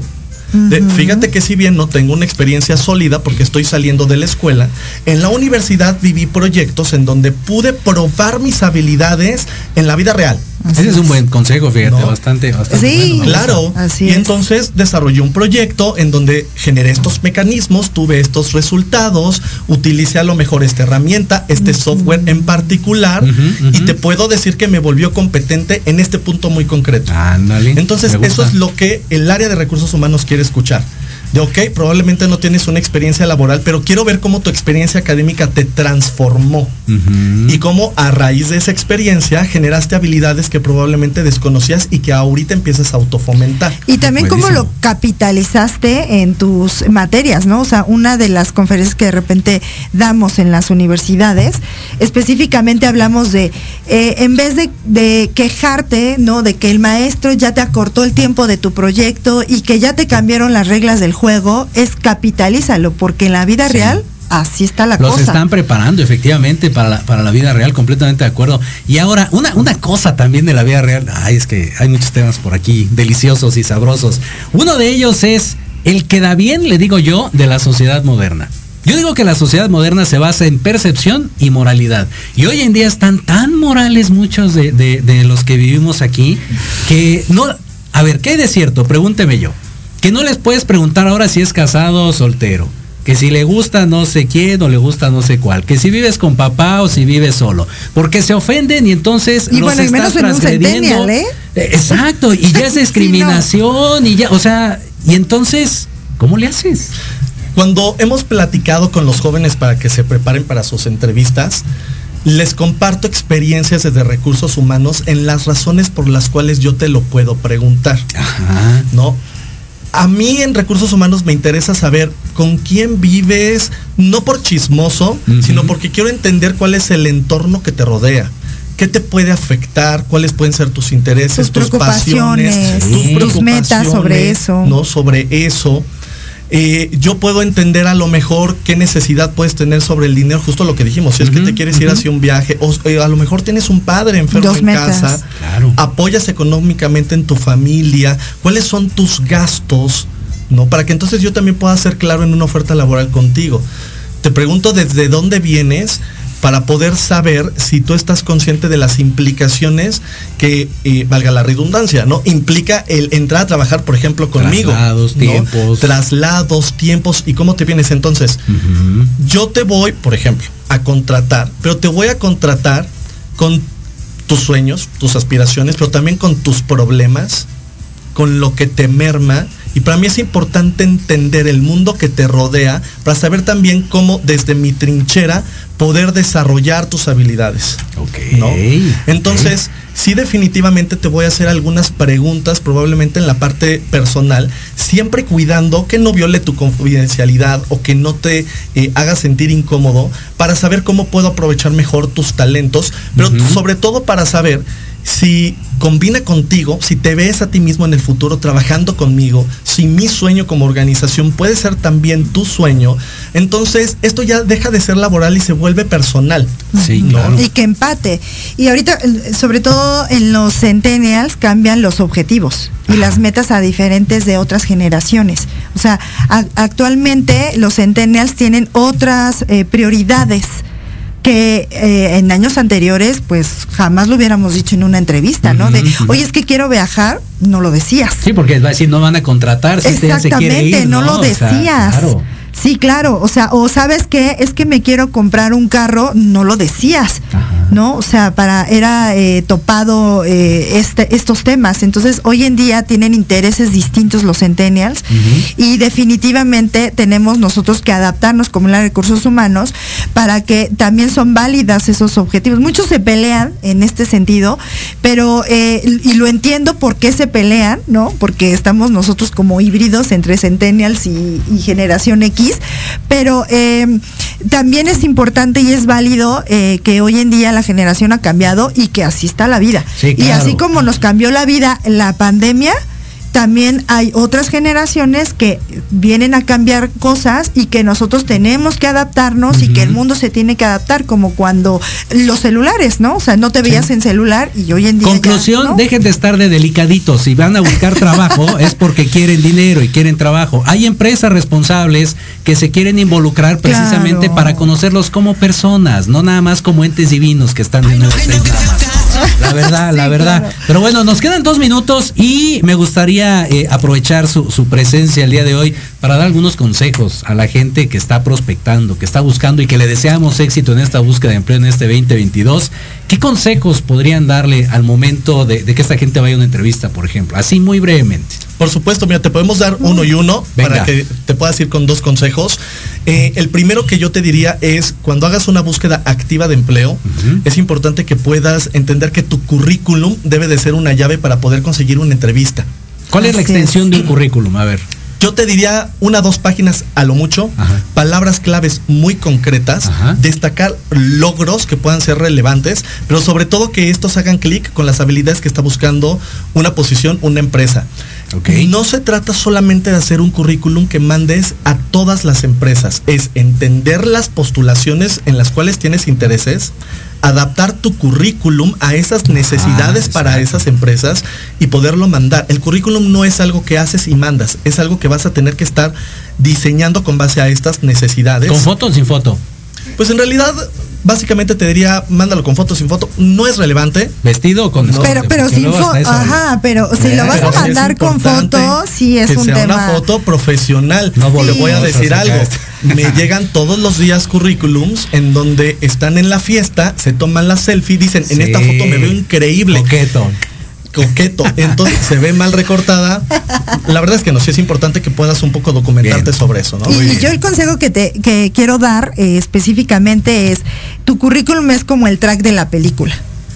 Fíjate que si bien no tengo una experiencia sólida porque estoy saliendo de la escuela, en la universidad viví proyectos en donde pude probar mis habilidades en la vida real. Ese es un buen consejo, fíjate, ¿no? bastante sí, bueno. Claro. Así y entonces desarrollé un proyecto en donde generé estos mecanismos, tuve estos resultados, utilicé a lo mejor esta herramienta, este software en particular, y te puedo decir que me volvió competente en este punto muy concreto. Ándale. Entonces eso es lo que el área de recursos humanos quiere escuchar. De probablemente no tienes una experiencia laboral, pero quiero ver cómo tu experiencia académica te transformó y cómo a raíz de esa experiencia generaste habilidades que probablemente desconocías y que ahorita empiezas a autofomentar. Y también cómo lo capitalizaste en tus materias, ¿no? O sea, una de las conferencias que de repente damos en las universidades, específicamente hablamos de, en vez de quejarte, ¿no? De que el maestro ya te acortó el tiempo de tu proyecto y que ya te cambiaron las reglas del juego, es capitalízalo, porque en la vida real así está la cosa. Los están preparando efectivamente para la vida real, completamente de acuerdo. Y ahora, una cosa también de la vida real, es que hay muchos temas por aquí deliciosos y sabrosos. Uno de ellos es el que da bien, le digo yo, de la sociedad moderna. Yo digo que la sociedad moderna se basa en percepción y moralidad. Y hoy en día están tan morales muchos de los que vivimos aquí, que no... A ver, ¿qué hay de cierto? Pregúnteme yo. Que no les puedes preguntar ahora si es casado o soltero, que si le gusta no sé quién o le gusta no sé cuál, que si vives con papá o si vives solo, porque se ofenden y entonces y los bueno, estás transgrediendo. Exacto, y ya es discriminación, sí, no. Y ya, o sea, y entonces, ¿cómo le haces? Cuando hemos platicado con los jóvenes para que se preparen para sus entrevistas, les comparto experiencias desde recursos humanos en las razones por las cuales yo te lo puedo preguntar. ¿No? A mí en recursos humanos me interesa saber con quién vives, no por chismoso, sino porque quiero entender cuál es el entorno que te rodea. ¿Qué te puede afectar? ¿Cuáles pueden ser tus intereses, tus pasiones, tus metas sobre eso? ¿No? Sobre eso. Yo puedo entender a lo mejor qué necesidad puedes tener sobre el dinero, justo lo que dijimos, si es que te quieres ir hacia un viaje, o a lo mejor tienes un padre enfermo en casa, apoyas económicamente en tu familia, cuáles son tus gastos, ¿no? Para que entonces yo también pueda ser claro en una oferta laboral contigo. Te pregunto desde dónde vienes para poder saber si tú estás consciente de las implicaciones que, valga la redundancia, ¿no? Implica el entrar a trabajar, por ejemplo, conmigo. Traslados, ¿no? tiempos. Traslados, tiempos, y cómo te vienes. Entonces, yo te voy, por ejemplo, a contratar, pero te voy a contratar con tus sueños, tus aspiraciones, pero también con tus problemas, con lo que te merma. Y para mí es importante entender el mundo que te rodea para saber también cómo desde mi trinchera poder desarrollar tus habilidades. ¿No? Entonces, sí, definitivamente te voy a hacer algunas preguntas, probablemente en la parte personal, siempre cuidando que no viole tu confidencialidad o que no te haga sentir incómodo, para saber cómo puedo aprovechar mejor tus talentos, pero sobre todo para saber si combina contigo, si te ves a ti mismo en el futuro trabajando conmigo, si mi sueño como organización puede ser también tu sueño. Entonces, esto ya deja de ser laboral y se vuelve personal. Sí, claro. Y que empate. Y ahorita, sobre todo en los centennials, cambian los objetivos y las metas a diferentes de otras generaciones. O sea, actualmente los centennials tienen otras prioridades que en años anteriores pues jamás lo hubiéramos dicho en una entrevista, ¿no? De, oye, es que quiero viajar, no lo decías. Sí, porque va a decir, no van a contratar si usted ya se quiere ir, no lo decías. O sea, claro. Sí, claro, o sea, o sabes qué, es que me quiero comprar un carro, no lo decías, ¿no? O sea, era topado estos temas. Entonces, hoy en día tienen intereses distintos los centennials y definitivamente tenemos nosotros que adaptarnos como la recursos humanos para que también son válidas esos objetivos. Muchos se pelean en este sentido, pero, y lo entiendo por qué se pelean, ¿no? Porque estamos nosotros como híbridos entre centennials y generación X, pero también es importante y es válido que hoy en día la generación ha cambiado y que así está la vida. Sí, claro. Y así como nos cambió la vida la pandemia, también hay otras generaciones que vienen a cambiar cosas y que nosotros tenemos que adaptarnos y que el mundo se tiene que adaptar, como cuando los celulares, ¿no? O sea, no te veías en celular y hoy en día conclusión, ya, ¿no? Dejen de estar de delicaditos. Si van a buscar trabajo es porque quieren dinero y quieren trabajo. Hay empresas responsables que se quieren involucrar precisamente para conocerlos como personas, no nada más como entes divinos que están de nuevo. La verdad, la verdad. Claro. Pero bueno, nos quedan 2 minutos y me gustaría aprovechar su presencia el día de hoy para dar algunos consejos a la gente que está prospectando, que está buscando y que le deseamos éxito en esta búsqueda de empleo en este 2022. ¿Qué consejos podrían darle al momento de que esta gente vaya a una entrevista, por ejemplo? Así muy brevemente. Por supuesto, mira, te podemos dar uno y uno. Venga. Para que te puedas ir con 2 consejos. El primero que yo te diría es, cuando hagas una búsqueda activa de empleo, es importante que puedas entender que tu currículum debe de ser una llave para poder conseguir una entrevista. ¿Cuál es la extensión de un currículum? A ver. Yo te diría 1 o 2 páginas a lo mucho, palabras claves muy concretas, destacar logros que puedan ser relevantes, pero sobre todo que estos hagan clic con las habilidades que está buscando una posición, una empresa. No se trata solamente de hacer un currículum que mandes a todas las empresas, es entender las postulaciones en las cuales tienes intereses, adaptar tu currículum a esas necesidades para esas empresas y poderlo mandar. El currículum no es algo que haces y mandas, es algo que vas a tener que estar diseñando con base a estas necesidades. ¿Con foto o sin foto? Pues en realidad, básicamente te diría, mándalo con foto, sin foto. No es relevante. ¿Vestido o con escote? Pero sin foto. Ajá, pero si lo vas a mandar con foto, sí es un tema. Que sea una foto profesional. No le voy a decir algo. Me llegan todos los días currículums en donde están en la fiesta, se toman la selfie, dicen, en esta foto me veo increíble. Coqueto, entonces se ve mal recortada. La verdad es que no, sí es importante que puedas un poco documentarte sobre eso, ¿no? Y yo el consejo que quiero dar específicamente es, tu currículum es como el track de la película.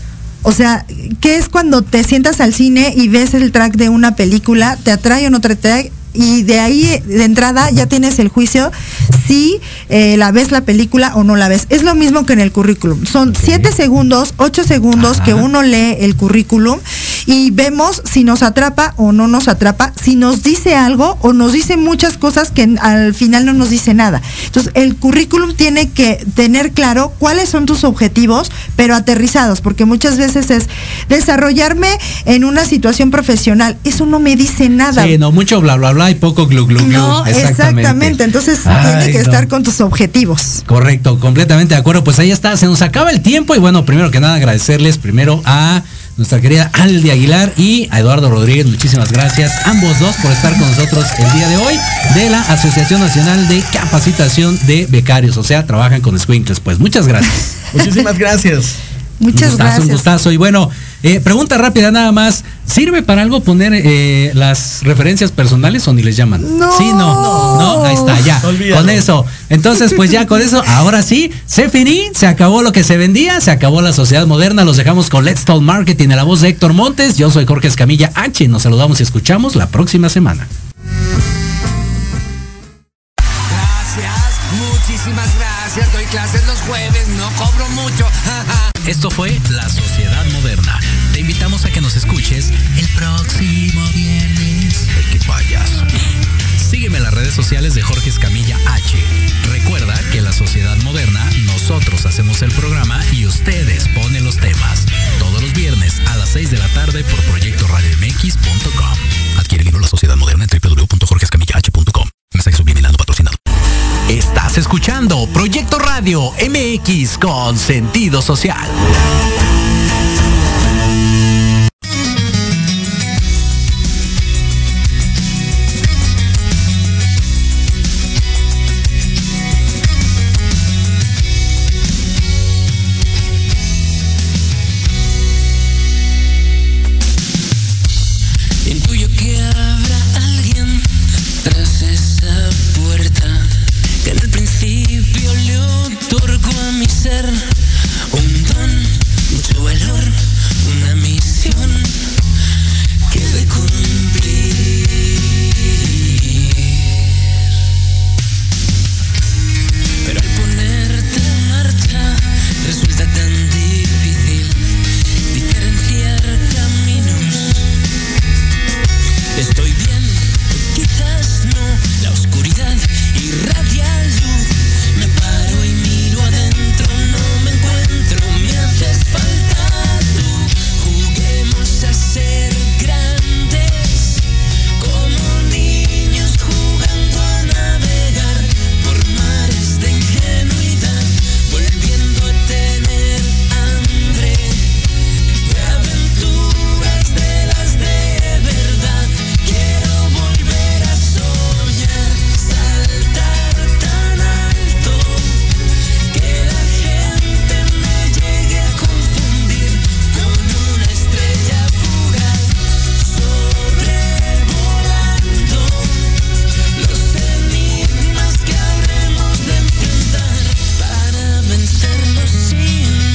O sea, ¿qué es cuando te sientas al cine y ves el track de una película? ¿Te atrae o no te atrae? Y de ahí, de entrada, ya tienes el juicio si la ves la película o no la ves. Es lo mismo que en el currículum. Son 7 segundos, 8 segundos que uno lee el currículum y vemos si nos atrapa o no nos atrapa, si nos dice algo o nos dice muchas cosas que al final no nos dice nada. Entonces, el currículum tiene que tener claro cuáles son tus objetivos, pero aterrizados, porque muchas veces es desarrollarme en una situación profesional. Eso no me dice nada. Sí, no, mucho bla, bla, bla y poco glu, glu, glu. No, exactamente. Entonces, tiene que estar con tus objetivos. Correcto, completamente de acuerdo. Pues ahí está, se nos acaba el tiempo y bueno, primero que nada agradecerles primero a nuestra querida Aldi Aguilar y a Eduardo Rodríguez, muchísimas gracias ambos dos por estar con nosotros el día de hoy de la Asociación Nacional de Capacitación de Becarios, o sea, trabajan con escuincles. Pues muchas gracias. Muchísimas gracias. Muchas gracias. Un gustazo. Y bueno, pregunta rápida nada más. ¿Sirve para algo poner las referencias personales o ni les llaman? No. Sí, no, ahí está, ya. Olvídalo. Con eso. Entonces, pues ya con eso, ahora sí, se finí, se acabó lo que se vendía, se acabó la sociedad moderna. Los dejamos con Let's Talk Marketing en la voz de Héctor Montes. Yo soy Jorge Escamilla H. Nos saludamos y escuchamos la próxima semana. Muchísimas gracias, doy clases los jueves, no cobro mucho. Esto fue La Sociedad Moderna. Te invitamos a que nos escuches el próximo viernes. ¡Qué payaso! Sígueme en las redes sociales de Jorge Escamilla H. Recuerda que en La Sociedad Moderna nosotros hacemos el programa y ustedes ponen los temas. Todos los viernes a las 6 de la tarde por proyectoradiomx.com. Adquiere el libro La Sociedad Moderna en www.jorgeescamillah.com. Mensaje subliminal no patrocinado. Estás escuchando Proyecto Radio MX con sentido social.